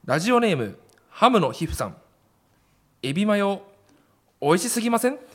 ラジオネームハムの皮膚さん、エビマヨ美味しすぎません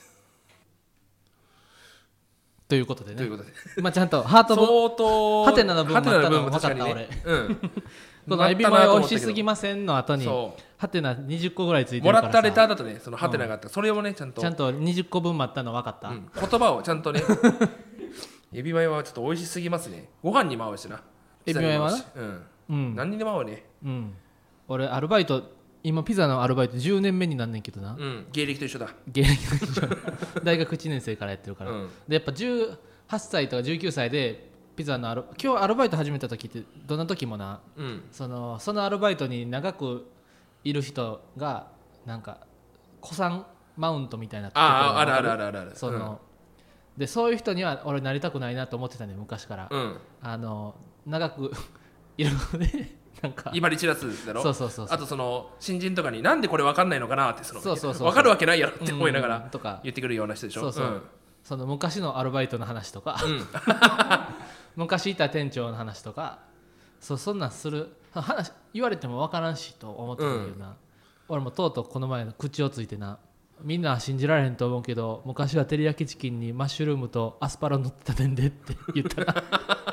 ということでね。 ということで、 まあちゃんとハート相当ハテナの分もあったの分かった確かに俺。 このエビマヨ美味しすぎませんの後にそハテナ20個ぐらいついてもるかららさ。 ったレターだとね、そのハテナがあった、それをねちゃんと 20個分待ったの分かった。 言葉をちゃんとねエビマヨはちょっと美味しすぎますね。ご飯にも合うしな。 エビマヨはな、 何にでも合うね。 俺アルバイト、今ピザのアルバイト10年目になんねんけどな、 芸歴と一緒だ。 芸歴と一緒大学1年生からやってるから、でやっぱ18歳とか19歳でピザの今日アルバイト始めた時ってどんな時もな、そのアルバイトに長くいる人がなんか古参マウントみたいなところがあるでそういう人には俺なりたくないなと思ってたね昔から、長くいるのでなんか威張り散らすだろ。 そうあとその新人とかになんでこれ分かんないのかなってそう分かるわけないやろって思いながらとか言ってくるような人でしょ。 その昔のアルバイトの話とか、昔いた店長の話とか、そんなんする話言われても分からんしと思ってたけどな、俺もとうとうこの前の口をついてな、みんな信じられへんと思うけど昔は照り焼きチキンにマッシュルームとアスパラ乗ってたねんでって言ったら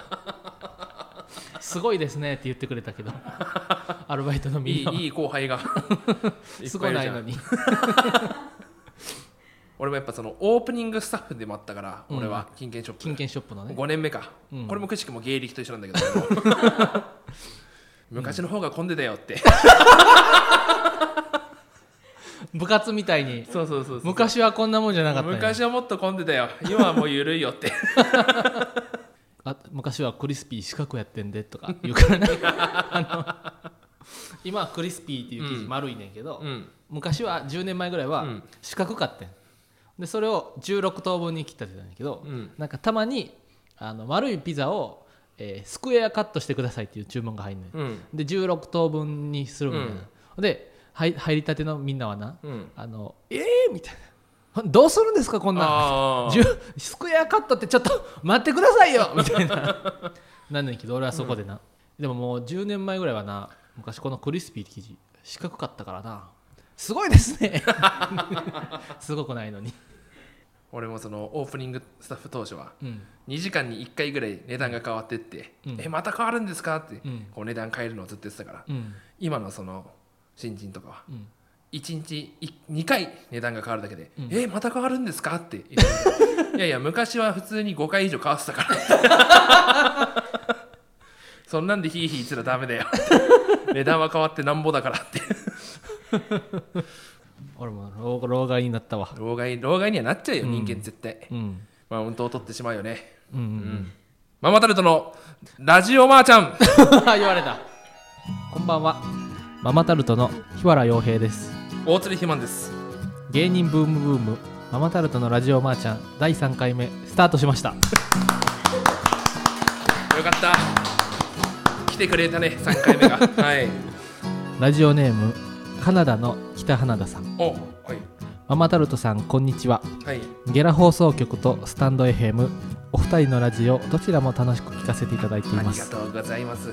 すごいですねって言ってくれたけどアルバイトのみんないい後輩がすごないのに俺もやっぱそのオープニングスタッフでもあったから、俺は金券ショップのね 5年目か、これもくしくも芸歴と一緒なんだけど昔の方が混んでたよって部活みたいにそう昔はこんなもんじゃなかったんや。 昔はもっと混んでたよ、今はもう緩いよって昔はクリスピー四角やってんでとか言うからね今はクリスピーっていう生地丸いねんけど、昔は10年前ぐらいは四角かってんで、それを16等分に切ったってたんだけど、なんかたまに丸いピザを、スクエアカットしてくださいっていう注文が入んねん、で16等分にするみたいな、で入りたてのみんなはな、みたいな、どうするんですかこんなんスクエアカットってちょっと待ってくださいよみたいななんねんけど、俺はそこでな、でももう10年前ぐらいはな、昔このクリスピーって生地四角かったからな、すごいですねすごくないのに。 俺もそのオープニングスタッフ当初は2時間に1回ぐらい値段が変わってって、また変わるんですかって、こう値段変えるのをずっと言ってたから、今のその新人とかは、1日2回値段が変わるだけで、また変わるんですかって言っていやいや昔は普通に5回以上変わってたからそんなんでヒーヒー言ってたらダメだよ値段は変わってなんぼだからって俺も老害になったわ。 老害にはなっちゃうよ、人間絶対、マウントを取ってしまうよね。ママタルトのラジオマーちゃん言われた。こんばんは、ママタルトの日原洋平です。 大鶴ひまんです。 芸人ブームブームママタルトのラジオマーちゃん第3回目スタートしました。よかった来てくれたね、3回目がはい。 ラジオネームカナダの北花田さん。ママタルトさんこんにちは、ゲラ放送局とスタンド FM お二人のラジオどちらも楽しく聞かせていただいています。 ありがとうございます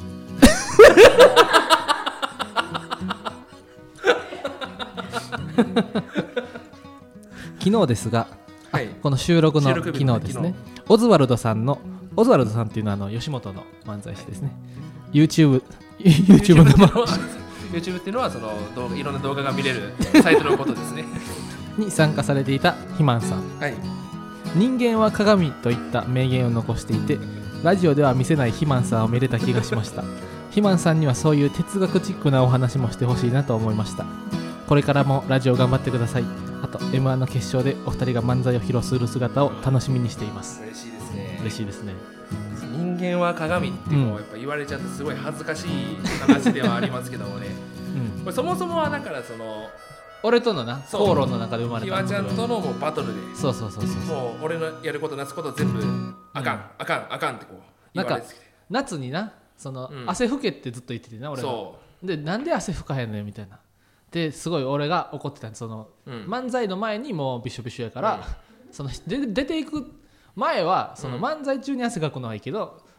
昨日ですが、この収録の昨日ですね、オズワルドさんっていうのは吉本の漫才師ですね。YouTube の YouTube っていうのはそのいろんな動画が見れるサイトのことですねに参加されていた肥満さん、人間は鏡といった名言を残していて、ラジオでは見せない肥満さんを見れた気がしました肥満さんにはそういう哲学チックなお話もしてほしいなと思いました。これからもラジオ頑張ってください。あと M1 の決勝でお二人が漫才を披露する姿を楽しみにしています。 嬉しいですね。 嬉しいですね。 人間は鏡ってこうやっぱ言われちゃってすごい恥ずかしい話ではありますけどもね、これそもそもはだからその俺とのな口論の中で生まれたひわちゃんとのもうバトルで、 そうもう俺のやることなすこと全部あかんってこう言われてきて、 夏になその、汗拭けってずっと言っててな俺が。でなんで汗拭かへんのよみたいなですごい俺が怒ってたん。その、漫才の前にもうびしょびしょやから、その出ていく前はその漫才中に汗かくのはいいけど、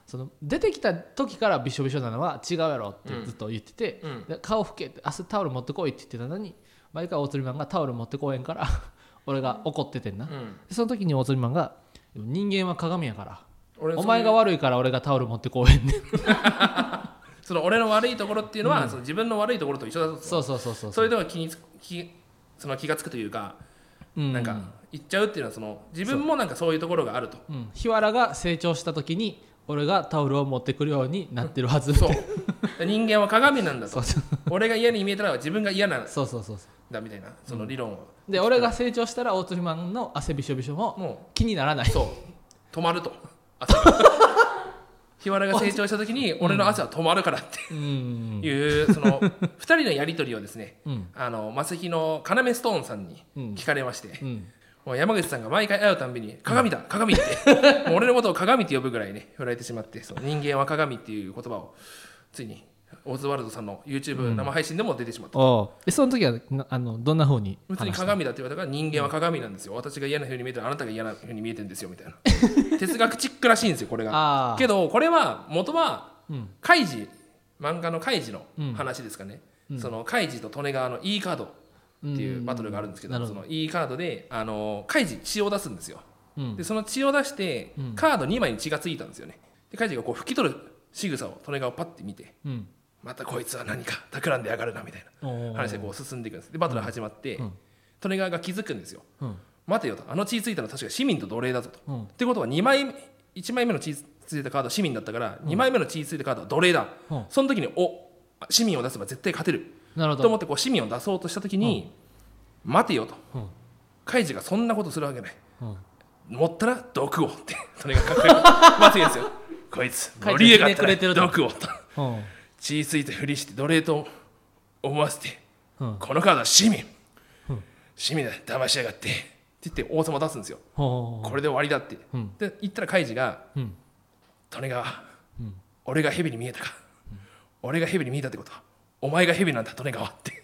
その出てきた時からびしょびしょなのは違うやろってずっと言ってて、で顔拭けって明日タオル持ってこいって言ってたのに毎回大釣りマンがタオル持ってこえんから俺が怒っててんな、でその時に大釣りマンが人間は鏡やからお前が悪いから俺がタオル持ってこえんねんその俺の悪いところっていうのは、その自分の悪いところと一緒だと。そういうところがその気がつくというか、なんか言っちゃうっていうのはその自分もなんかそういうところがあると。 日原が成長した時に俺がタオルを持ってくるようになってるはずそう人間は鏡なんだと俺が嫌に見えたら自分が嫌なんだみたいなその理論を、 で俺が成長したら大釣りマンの汗びしょびしょも気にならない。 そう止まると汗が日原が成長した時に俺の汗は止まるからっていうその2人のやり取りをですね、マセキの要ストーンさんに聞かれまして、もう山口さんが毎回会うたんびに鏡だ鏡ってもう俺のことを鏡って呼ぶぐらいね振られてしまって、そう人間は鏡っていう言葉をついにオズワルドさんの YouTube 生配信でも出てしまった、 その時はどんな風に普通に鏡だって言われたから、人間は鏡なんですよ、私が嫌な風に見えたらあなたが嫌な風に見えてるんですよみたいな哲学チックらしいんですよこれが。けどこれは元はカイジ、漫画のカイジの話ですかね、そのカイジと利根川の E カードっていうバトルがあるんですけど、その E カードでカイジ血を出すんですよ、でその血を出してカード2枚に血がついたんですよね。でカイジがこう拭き取る仕草を利根川をパッて見て、またこいつは何か企んでやがるなみたいな話でこう進んでいくんです。でバトル始まって、利根川が気づくんですよ、待てよと、あの血ついたのは確か市民と奴隷だぞと、ってことは1枚目の血ついたカードは市民だったから2枚目の血ついたカードは奴隷だ、その時に市民を出せば絶対勝てると思ってこう市民を出そうとした時に、待てよと、カイジがそんなことするわけない、持ったら毒をって利根川かっこいい待つんですよこいつ乗り上がったら毒をと血ついたふりして奴隷と思わせて、このカードは市民、市民だ騙しやがってって言って王様を出すんですよ、これで終わりだって、で言ったらカイジが、利根川、俺が蛇に見えたか、俺が蛇に見えたってことはお前が蛇なんだ利根川って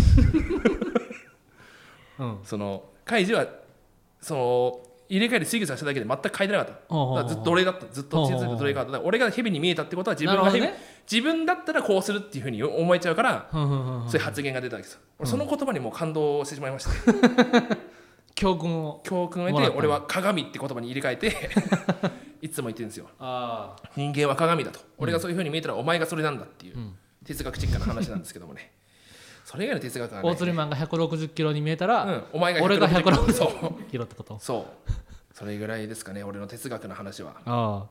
そのカイジはその入れ替えで仕草しただけで全く変えてなかった、だからずっと奴隷だった、ずっと血ついた奴隷だった、俺が蛇に見えたってことは自分が蛇、自分だったらこうするっていうふうに思えちゃうから、そういう発言が出たわけですよ。俺その言葉にもう感動してしまいまして教訓を得て、俺は鏡って言葉に入れ替えていつも言ってるんですよ、人間は鏡だと、俺がそういうふうに見えたらお前がそれなんだっていう哲学チックな話なんですけどもねそれ以外の哲学がね、 大釣りマンが160キロに見えたら、 お前が俺が160キロってこと。 そうそれぐらいですかね俺の哲学の話は。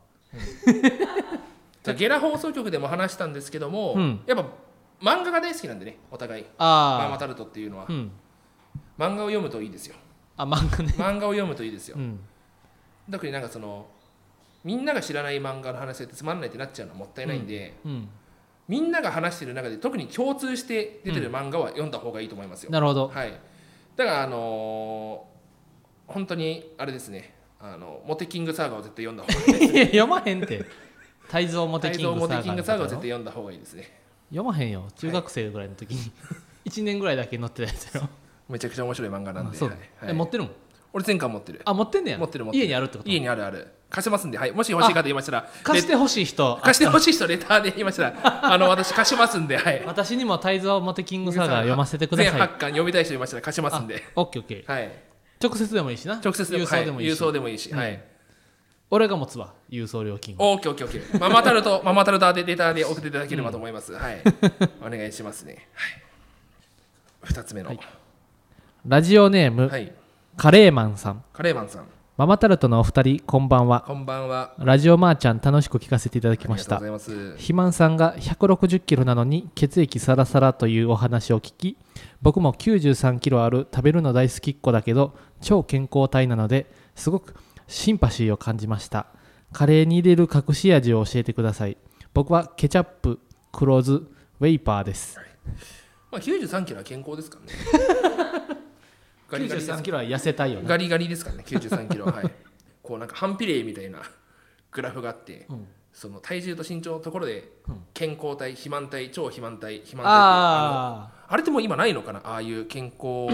ゲラ放送局でも話したんですけども、やっぱ漫画が大好きなんでねお互い、ママタルトっていうのは、漫画を読むといいですよ。漫画を読むといいですよ、特になんかそのみんなが知らない漫画の話ってつまんないってなっちゃうのはもったいないんで、みんなが話してる中で特に共通して出てる漫画は読んだ方がいいと思いますよ。 なるほど、 はい、だから本当にあれですね、モテキングサーガを絶対読んだ方がいいです。 読まへんって泰造モテキングサーガを絶対読んだ方がいいですね。 読まへんよ、中学生ぐらいの時に1年ぐらいだけ載ってたやつやろ。 めちゃくちゃ面白い漫画なんで。 持ってるもん。 俺全巻持ってる。 持ってんねや。 持ってる。 家にあるってこと？ 家にある。貸せますんで、はい、もし欲しい方いましたら貸してほしい人レターで言いましたら私貸しますんで、はい、 私にも泰造モテキングサーガー読ませてください。 全8巻読みたい人いましたら貸しますんで。 オッケーオッケー、はい、直接でもいいしな。 直接でも郵送でもいいし、はい、 俺が持つわ郵送料金。 オッケーオッケーオッケー。ママタルトでレターで送っていただければと思います、はい、お願いしますね、はい、2つ目の、はい、 ラジオネーム、カレーマンさん。ママタルトのお二人、こんばんは。 こんばんは。 ラジオマーちゃん楽しく聞かせていただきました。 ありがとうございます。 肥満さんが160キロなのに血液サラサラというお話を聞き、僕も93キロある食べるの大好きっ子だけど超健康体なのですごくシンパシーを感じました。カレーに入れる隠し味を教えてください。僕はケチャップ、黒酢、ウェイパーです。 まあ、93キロは健康ですからね。 93キロは痩せたいよね。 ガリガリですからね93キロは、はい、こうなんか反比例みたいなグラフがあって、その体重と身長のところで健康体、肥満体、超肥満体、肥満体ってあれってもう今ないのかな、ああいう健康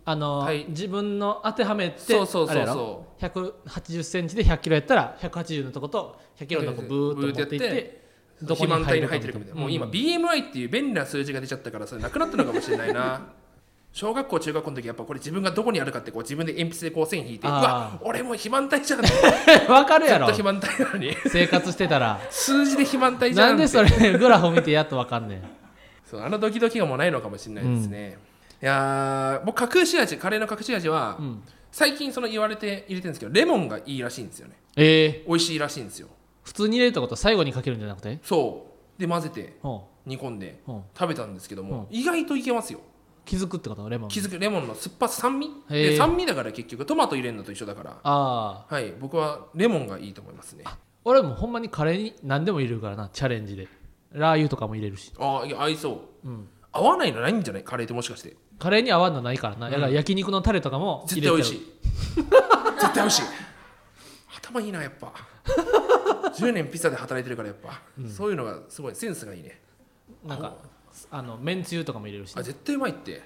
自分の当てはめてそうあれやろ180センチで100キロやったら180のとこと100キロのとこブーっと持っていってどこに入るかみたいな。もう今 BMI っていう便利な数字が出ちゃったからそれなくなったのかもしれないな小学校中学校の時やっぱこれ自分がどこにあるかってこう自分で鉛筆でこう線引いてうわ俺もう肥満体じゃんわかるやろずっと肥満体なのに生活してたら数字で肥満体じゃんなんでそれグラフを見てやっとわかんねんそうドキドキがもうないのかもしれないですね、いや僕隠し味カレーの隠し味は、最近その言われて入れてるんですけどレモンがいいらしいんですよね。美味しいらしいんですよ。 普通に入れるってことは最後にかけるんじゃなくてそうで混ぜて煮込んで食べたんですけども、意外といけますよ。 気づくってことレモン気づくレモンの酸っぱ酸味で酸味だから結局トマト入れるのと一緒だからはい僕はレモンがいいと思いますね。 俺もほんまにカレーに何でも入れるからなチャレンジでラー油とかも入れるしいや合いそう、合わないのないんじゃないカレーってもしかしてカレーに合わんのないからな、だから焼肉のタレとかも絶対美味しい絶対美味しい頭いいなやっぱ10年ピザで働いてるからやっぱ、そういうのがすごいセンスがいいね。 なんかめんつゆとかも入れるし、 絶対うまいって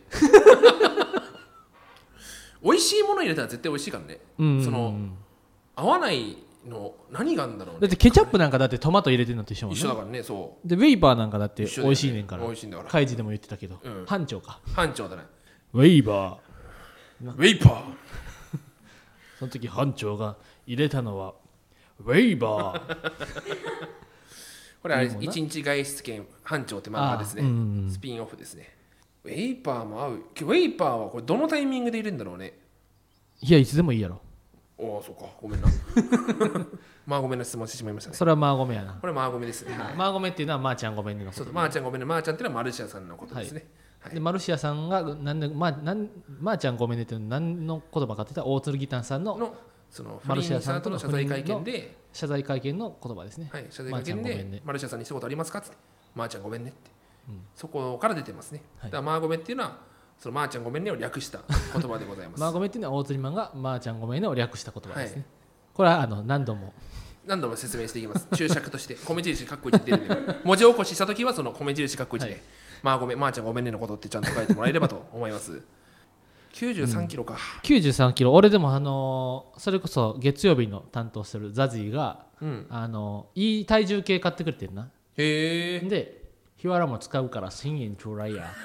美味しいもの入れたら絶対美味しいからね、その合わないの何があるんだろうね。 だってケチャップなんかだってトマト入れてるのと一緒もんね。 一緒だからね。そうでウェイパーなんかだって美味しいねんから。 美味しいんだからカイジでも言ってたけど、班長か班長だね。 ウェイパーウェイパーその時班長が入れたのはウェイバーこれは一日外出券班長って漫画ですね、スピンオフですね。ウェイパーも合う。ウェイパーはこれどのタイミングで入れるんだろうね。 いやいつでもいいやろ。 そうかごめんなマーゴメの質問してしまいましたね。 それはマーゴメやな。 これマーゴメですね、 マーゴメっていうのはマーちゃんごめんねのこと。 そうマーちゃんごめんね。マーちゃんっていうのはマルシアさんのことですね、 でマルシアさんがなんでマーちゃんごめんねっていうのは何の言葉かって言ったら大鶴ギタンさんのそのマルシアさんとの謝罪会見で謝罪会見の言葉ですね。 謝罪会見でマルシアさんに一言ありますかってマーちゃんごめんねって、そこから出てますね。だからマーゴメっていうのはそのマーちゃんごめんねを略した言葉でございます。 マーゴメっていうのは大釣りマンがマーちゃんごめんねを略した言葉ですね。これは何度も説明していきます。注釈として米印カッコ1って出るんで文字起こししたときはその米印カッコ1で、マーちゃんごめんねのことってちゃんと書いてもらえればと思います。93キロか、 93キロ。俺でもそれこそ月曜日の担当してるザジーが、いい体重計買ってくれてるな。 へえ。 で日原も使うから1000円ちょうだいや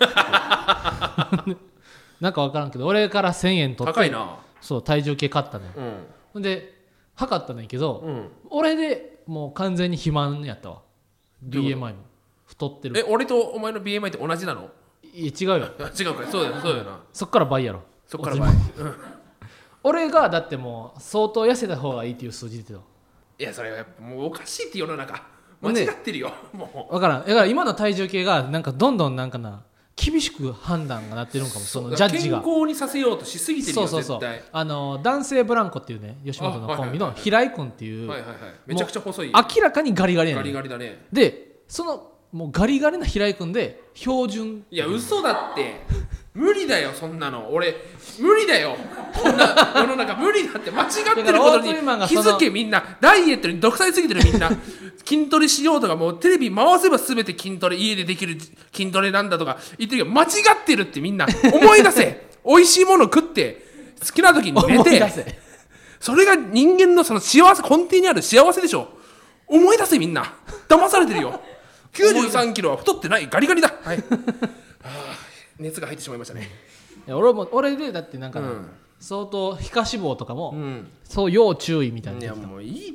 なんか分からんけど俺から1000円取って高いな。 そう体重計買ったのよ、で測ったんだけど、俺でもう完全に肥満やったわ。 BMI も太ってる。 俺とお前の BMI って同じなの？ いや違うよ違うか。そうだよな。 そっから倍やろ。 そっから倍、 俺がだってもう相当痩せた方がいいっていう数字出てた。 いやそれはやっぱもうおかしいって世の中間違ってるよ。もう分からん。だから今の体重計がなんかどんどんなんかな厳しく判断がなってるんかも。そのジャッジが健康にさせようとしすぎてるよ。絶対男性ブランコっていうね吉本のコンビの平井君っていうめちゃくちゃ細い明らかにガリガリやねん。 ガリガリだね。 でそのもうガリガリな平井君で標準。 いや嘘だって無理だよそんなの。俺無理だよこんな世の中無理だって。間違ってることに気づけ。みんなダイエットに独裁すぎてる。みんな筋トレしようとかもうテレビ回せば全て筋トレ家でできる筋トレなんだとか言ってるけど間違ってるって。みんな思い出せ美味しいもの食って好きな時に寝てそれが人間のその幸せ根底にある幸せでしょ。思い出せみんな。騙されてるよ。93キロは太ってないガリガリだ。はい熱が入ってしまいましたね。 いや俺でだってなんか、相当皮下脂肪とかも、そう要注意みたいな。 いやもういいって。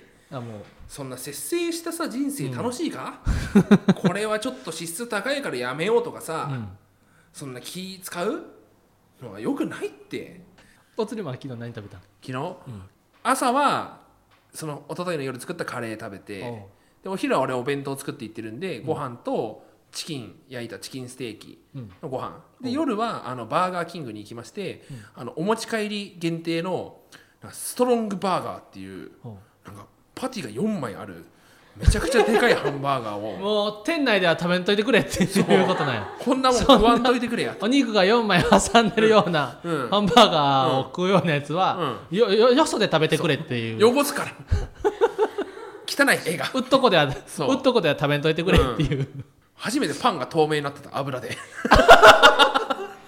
もうそんな節制したさ人生楽しいか、これはちょっと脂質高いからやめようとかさ、そんな気使うのはよくないって。 おつりも昨日何食べた？ 昨日、朝はその一昨日の夜作ったカレー食べて、でお昼は俺お弁当作っていってるんで、ご飯と焼いたチキンステーキのご飯、で夜はバーガーキングに行きまして、お持ち帰り限定のストロングバーガーっていうなんかパティが4枚あるめちゃくちゃでかいハンバーガーをもう店内では食べんといてくれっていうことなんや。 こんなもん食わんといてくれや。 お肉が4枚挟んでるようなハンバーガーを食うようなやつは、よそで食べてくれっていう。 汚すから汚い映画うっとこでは食べんといてくれっていう、 初めてパンが透明になってた油で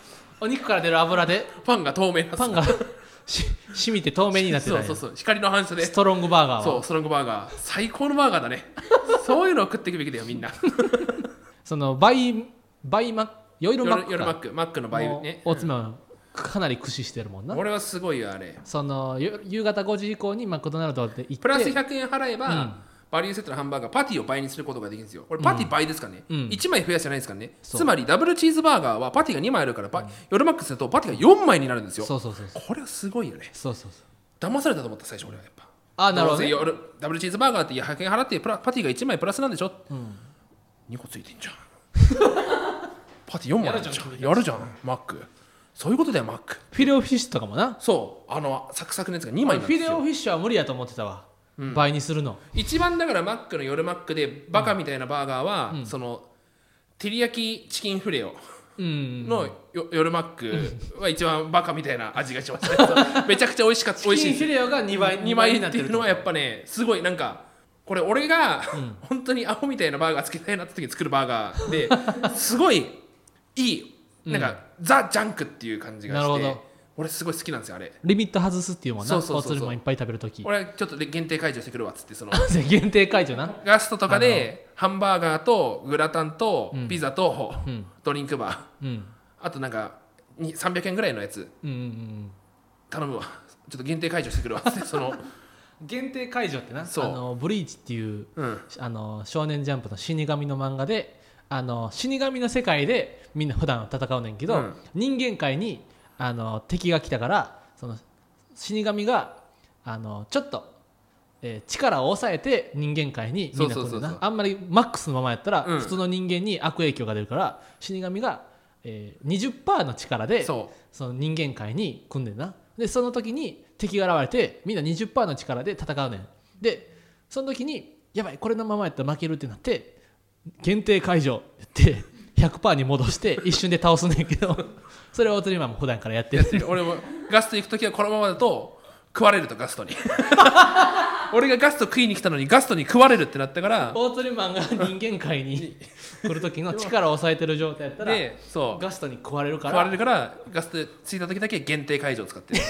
お肉から出る油でパンが透明なパンが染みて透明になってたんや。 そう光の反射でストロングバーガーはそうストロングバーガー最高のバーガーだねそういうのを食っていくべきだよみんなそのバイマック夜マック夜マックの倍ね大津はかなり駆使してるもんな。 俺はすごいよあれ。 その夕方5時以降にマクドナルドで行ってプラス100円払えば、バリューセットのハンバーガーパティを倍にすることができるんですよ。これパティ倍ですからね、1枚増やすじゃないですからね。つまりダブルチーズバーガーはパティが2枚あるから、夜マックスだとパティが4枚になるんですよ。 そうこれはすごいよね。 そう騙されたと思った最初俺はやっぱ。 なるほど、ね、 ダブルチーズバーガーって100円払ってパティが1枚プラスなんでしょ、2個ついてんじゃんパティ4枚あるじゃんやるじゃんマック。そういうことだよマック。 フィレオフィッシュとかもな。 そうサクサクのやつが2枚なんですよ。 フィレオフィッシュは無理やと思ってたわ、倍にするの。一番だからマックの夜マックでバカみたいなバーガーは、その照り焼きチキンフレオの夜マックは一番バカみたいな味がしましたねめちゃくちゃ美味しかった。 チキンフィレオが2倍になってるっていうのはやっぱねすごいなんかこれ俺が、本当にアホみたいなバーガーつけたいなって時に作るバーガーですごいいいなんか、ザ・ジャンクっていう感じがして俺すごい好きなんですよあれ。 リミット外すっていうもんな。そうするもんいっぱい食べるとき俺ちょっと限定解除してくるわっつってその限定解除な。 ガストとかでハンバーガーとグラタンとピザとドリンクバー、あとなんか300円ぐらいのやつ、頼むわちょっと限定解除してくるわっつってその限定解除ってなブリーチっていう、少年ジャンプの死神の漫画で死神の世界でみんな普段戦うねんけど、人間界に敵が来たからその死神がちょっと、力を抑えて人間界にみんな来るんだな。あんまりマックスのままやったら、普通の人間に悪影響が出るから死神が、20% の力でその人間界に組んでんな。でその時に敵が現れてみんな 20% の力で戦うねん。でその時にやばいこれのままやったら負けるってなって限定解除って言って 100% に戻して一瞬で倒すねんけどそれを大鳥マンも普段からやってる。 俺もガスト行く時はこのままだと食われるとガストに俺がガスト食いに来たのにガストに食われるってなったから大鳥マンが人間界に来る時の力を抑えてる状態やったらガストに食われるからガスト着いた時だけ限定解除を使ってる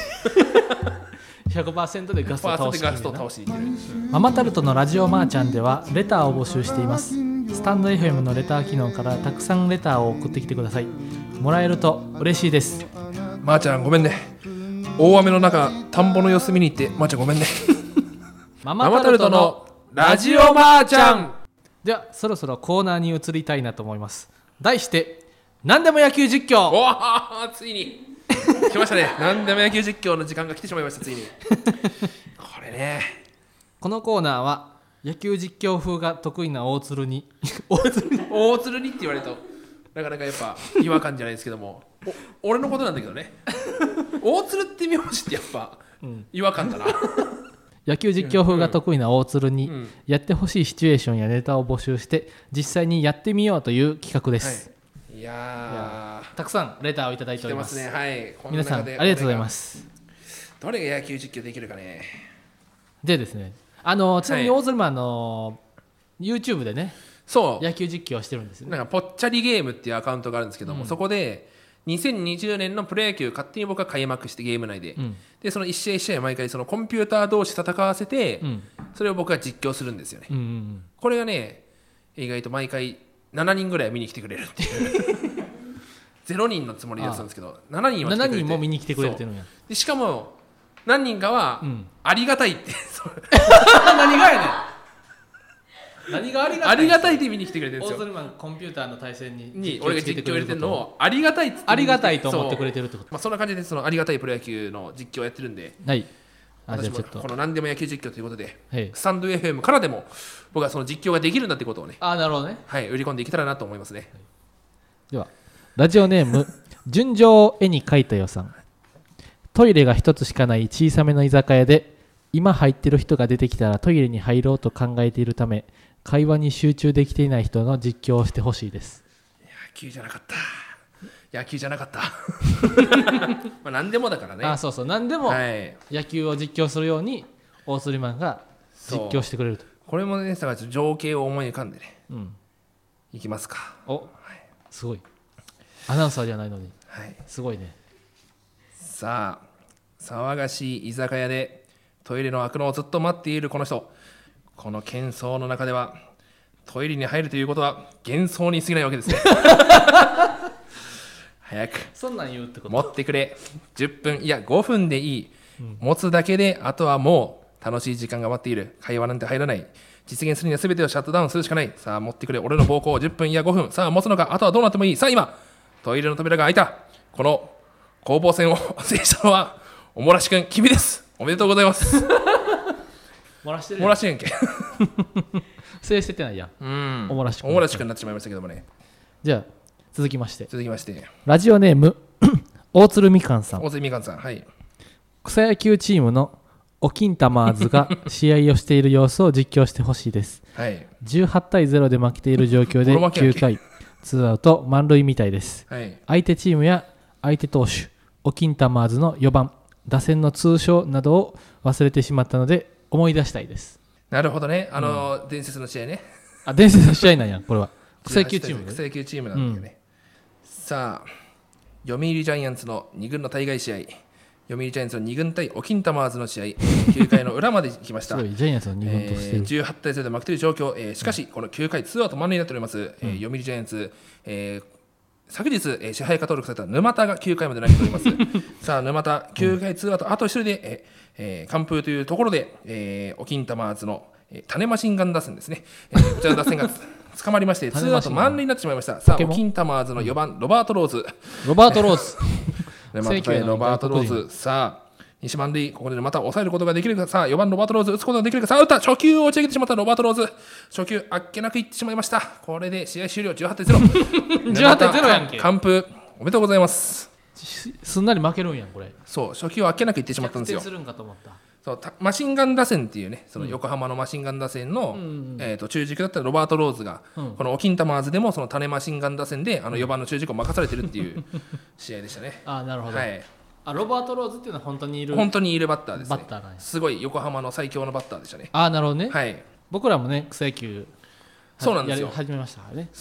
100% でガストを倒しに行ってる。 ママタルトのラジオマーちゃんではレターを募集しています。スタンド FM のレター機能からたくさんレターを送ってきてください。もらえると嬉しいです。 まーちゃんごめんね。大雨の中田んぼの様子見に行ってまーちゃんごめんねママタルトのラジオマーちゃん。ではそろそろコーナーに移りたいなと思います。題して何でも野球実況。 おついに来ましたね何でも野球実況の時間が来てしまいましたついにこれね。 このコーナーは野球実況風が得意な大鶴に大鶴にって言われるとなかなかやっぱ違和感じゃないですけども俺のことなんだけどね大鶴って名字ってやっぱ違和感だな野球実況風が得意な大鶴にやってほしいシチュエーションやネタを募集して実際にやってみようという企画です、 いやたくさんレターをいただいております。 来てますね。はい、 皆さんありがとうございます。 どれが野球実況できるかね。 でですねちなみに大鶴マンの YouTube でね野球実況をしてるんですよね。 なんかぽっちゃりゲームっていうアカウントがあるんですけども、そこで2020年のプロ野球勝手に僕が開幕してゲーム内で、でその1試合1試合毎回そのコンピューター同士戦わせて、それを僕が実況するんですよね、これがね意外と毎回7人ぐらい見に来てくれるっていう0人のつもりでやってたんですけど7人は来てくれて 7人も見に来てくれてるんや。 でしかも何人かはありがたいって何がやねん何がありがたいって見に来てくれてるんですよ。 大鶴マンコンピューターの対戦に俺が実況入れてるのをありがたいってありがたいと思ってくれてるってこと。 そんな感じでそのありがたいプロ野球の実況をやってるんで、私もこの何でも野球実況ということで、スタンド FM からでも僕はその実況ができるんだってことをね、 なるほどね、 売り込んでいけたらなと思いますね。 ではラジオネーム純情を絵に描いたよさん。トイレが一つしかない小さめの居酒屋で今入ってる人が出てきたらトイレに入ろうと考えているため会話に集中できていない人の実況をしてほしいです。 野球じゃなかったまあ何でもだからね。 そう何でも野球を実況するように大鶴マンが実況してくれると。 これもね情景を思い浮かんでね、いきますか。 すごいアナウンサーじゃないのにはい、 すごいね。 さあ騒がしい居酒屋でトイレの開くのをずっと待っているこの人、この喧騒の中ではトイレに入るということは幻想に過ぎないわけですね早くそんなん言うってこと持ってくれ。10分いや5分でいい、持つだけであとはもう楽しい時間が待っている。会話なんて入らない。実現するには全てをシャットダウンするしかない。さあ持ってくれ俺の暴行。10分いや5分、さあ持つのか、あとはどうなってもいい。さあ今トイレの扉が開いた。この攻防戦を制したのはおもらしくん君です。おめでとうございます漏らしてる漏らしてんけ制しててないやん。おもらしくんになってしまいましたけどもね。 じゃあ続きましてラジオネーム大鶴みかんさん。 大鶴みかんさん、はい。 草野球チームのオキンタマーズが試合をしている様子を実況してほしいです、 はい、 18対0で負けている状況で9回2アウト満塁みたいです、 はい、 相手チームや相手投手オキンタマーズの4番打線の通称などを忘れてしまったので思い出したいです。 なるほどね、伝説の試合ね。 あ、伝説の試合なんやこれは。草野球チーム、 草野球チームなんだよね、さあ読売ジャイアンツの2軍の対外試合、読売ジャイアンツの2軍対オキンタマーズの試合9回の裏まで来ました。 すごいジャイアンツの2軍としてる、 18対0で負けている状況、しかしこの9回2アウト満塁になっております、読売ジャイアンツ、昨日、支配下登録された沼田が9回まで投げておりますさあ沼田9回2アウトあと1人で、完封というところで、オキンタマーズの、種マシンガン打線ですね、こちらの打線が捕まりまして2アウト満塁になってしまいました。さあオキンタマーズの4番ロバート・ローズロバート・ローズさあ西満塁、ここでまた抑えることができるか。さあ4番ロバート・ローズ打つことができるか。さあ打った、初球を打ち上げてしまったロバート・ローズ、初球あっけなくいってしまいました。これで試合終了18対0 18対0やんけ。 完封おめでとうございます。 すんなり負けるんやんこれ。 そう初球をあっけなくいってしまったんですよ。 逆転するんかと思った。 そうマシンガン打線っていうね、その横浜のマシンガン打線の、中軸だったロバート・ローズが、このオキンタマーズでもその種マシンガン打線で4番の中軸を任されてるっていう試合でしたねあ、なるほど、 はい、 ロバート・ローズっていうのは本当にいるバッターですね。バッターなんや。すごい横浜の最強のバッターでしたね。 なるほどね、 はい、 僕らもね草野球そうなんですよ始めましたからね。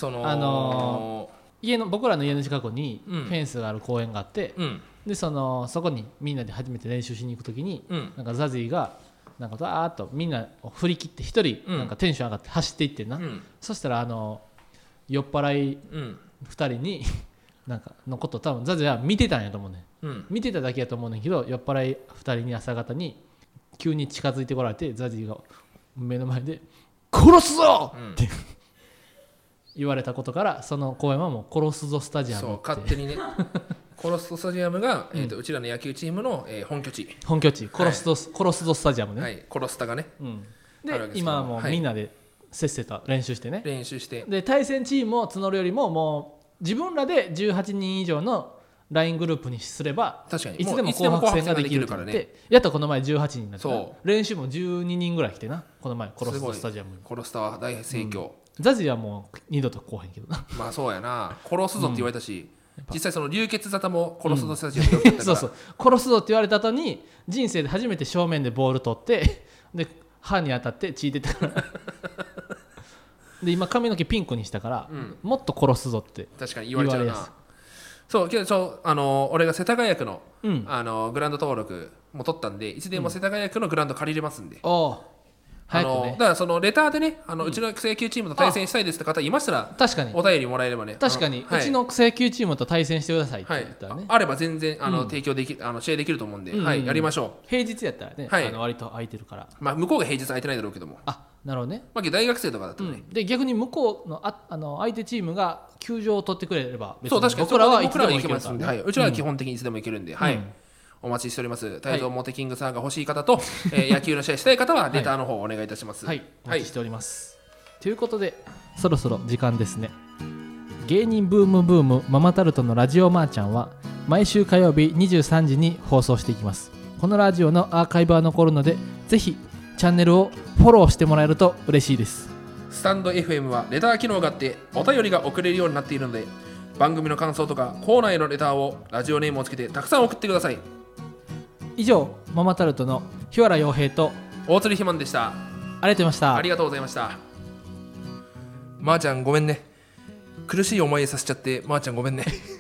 僕らの家の近くにフェンスがある公園があって、でそこにみんなで初めて練習しに行くときに、なんかザジーがなんかダーッとみんなを振り切って一人なんかテンション上がって走っていってんな、そしたら酔っ払い2人になんかのこと多分ザジーは見てたんやと思うね、見てただけやと思うねんけど、酔っ払い2人に朝方に急に近づいてこられてザジーが目の前で殺すぞって言われたことから、その公園はもう殺すぞスタジアムって、 そう勝手にね殺すぞスタジアムが、うちらの野球チームの、本拠地殺すぞスタジアムね、 はい、殺すたがね、 で今はもうみんなでせっせと練習してね、で対戦チームを募るよりももう自分らで18人以上の LINE グループにすれば確かにいつでも紅白戦ができるからね。やっとこの前18人になって、練習も12人ぐらい来てな、この前殺すぞスタジアムに。 殺すたは大盛況、 ザジはもう二度と来へんけどな。 まあそうやな、殺すぞって言われたし、実際その流血沙汰も殺すぞスタジアムで起きたから、 そう殺すぞって言われた後に人生で初めて正面でボール取ってで歯に当たって血出てからで今髪の毛ピンクにしたから、もっと殺すぞって確かに言われちゃうな。そうけど俺が世田谷区の、グラウンド登録も取ったんで、いつでも世田谷区のグラウンド借りれますんで、だからそのレターでね、うちの草野球チームと対戦したいですって方いましたら、 確かにお便りもらえればね、 確かに、うちの草野球チームと対戦してくださいって言ったらね、 あれば全然提供でき試合できると思うんで、やりましょう。 平日やったらね、割と空いてるから、 まあ向こうが平日空いてないだろうけども、 なるほどね。 まあ大学生とかだとね、 で逆に向こうの相手チームが球場を取ってくれれば、 そう確かに僕らはいつでも行けますんで、うちらは基本的にいつでも行けるんで、お待ちしております。泰造モテキングさんが欲しい方と、野球の試合したい方はレターの方をお願いいたします。 お待ちしております。ということでそろそろ時間ですね。芸人ブームブームママタルトのラジオマーちゃんは毎週火曜日23時に放送していきます。このラジオのアーカイブは残るので、ぜひチャンネルをフォローしてもらえると嬉しいです。 スタンド FM はレター機能があってお便りが送れるようになっているので、番組の感想とかコーナーへのレターをラジオネームをつけてたくさん送ってください。 以上、ママタルトの日原洋平と大鶴ひまんでした。 ありがとうございました。 ありがとうございました。まーちゃんごめんね、苦しい思いさせちゃって、まーちゃんごめんね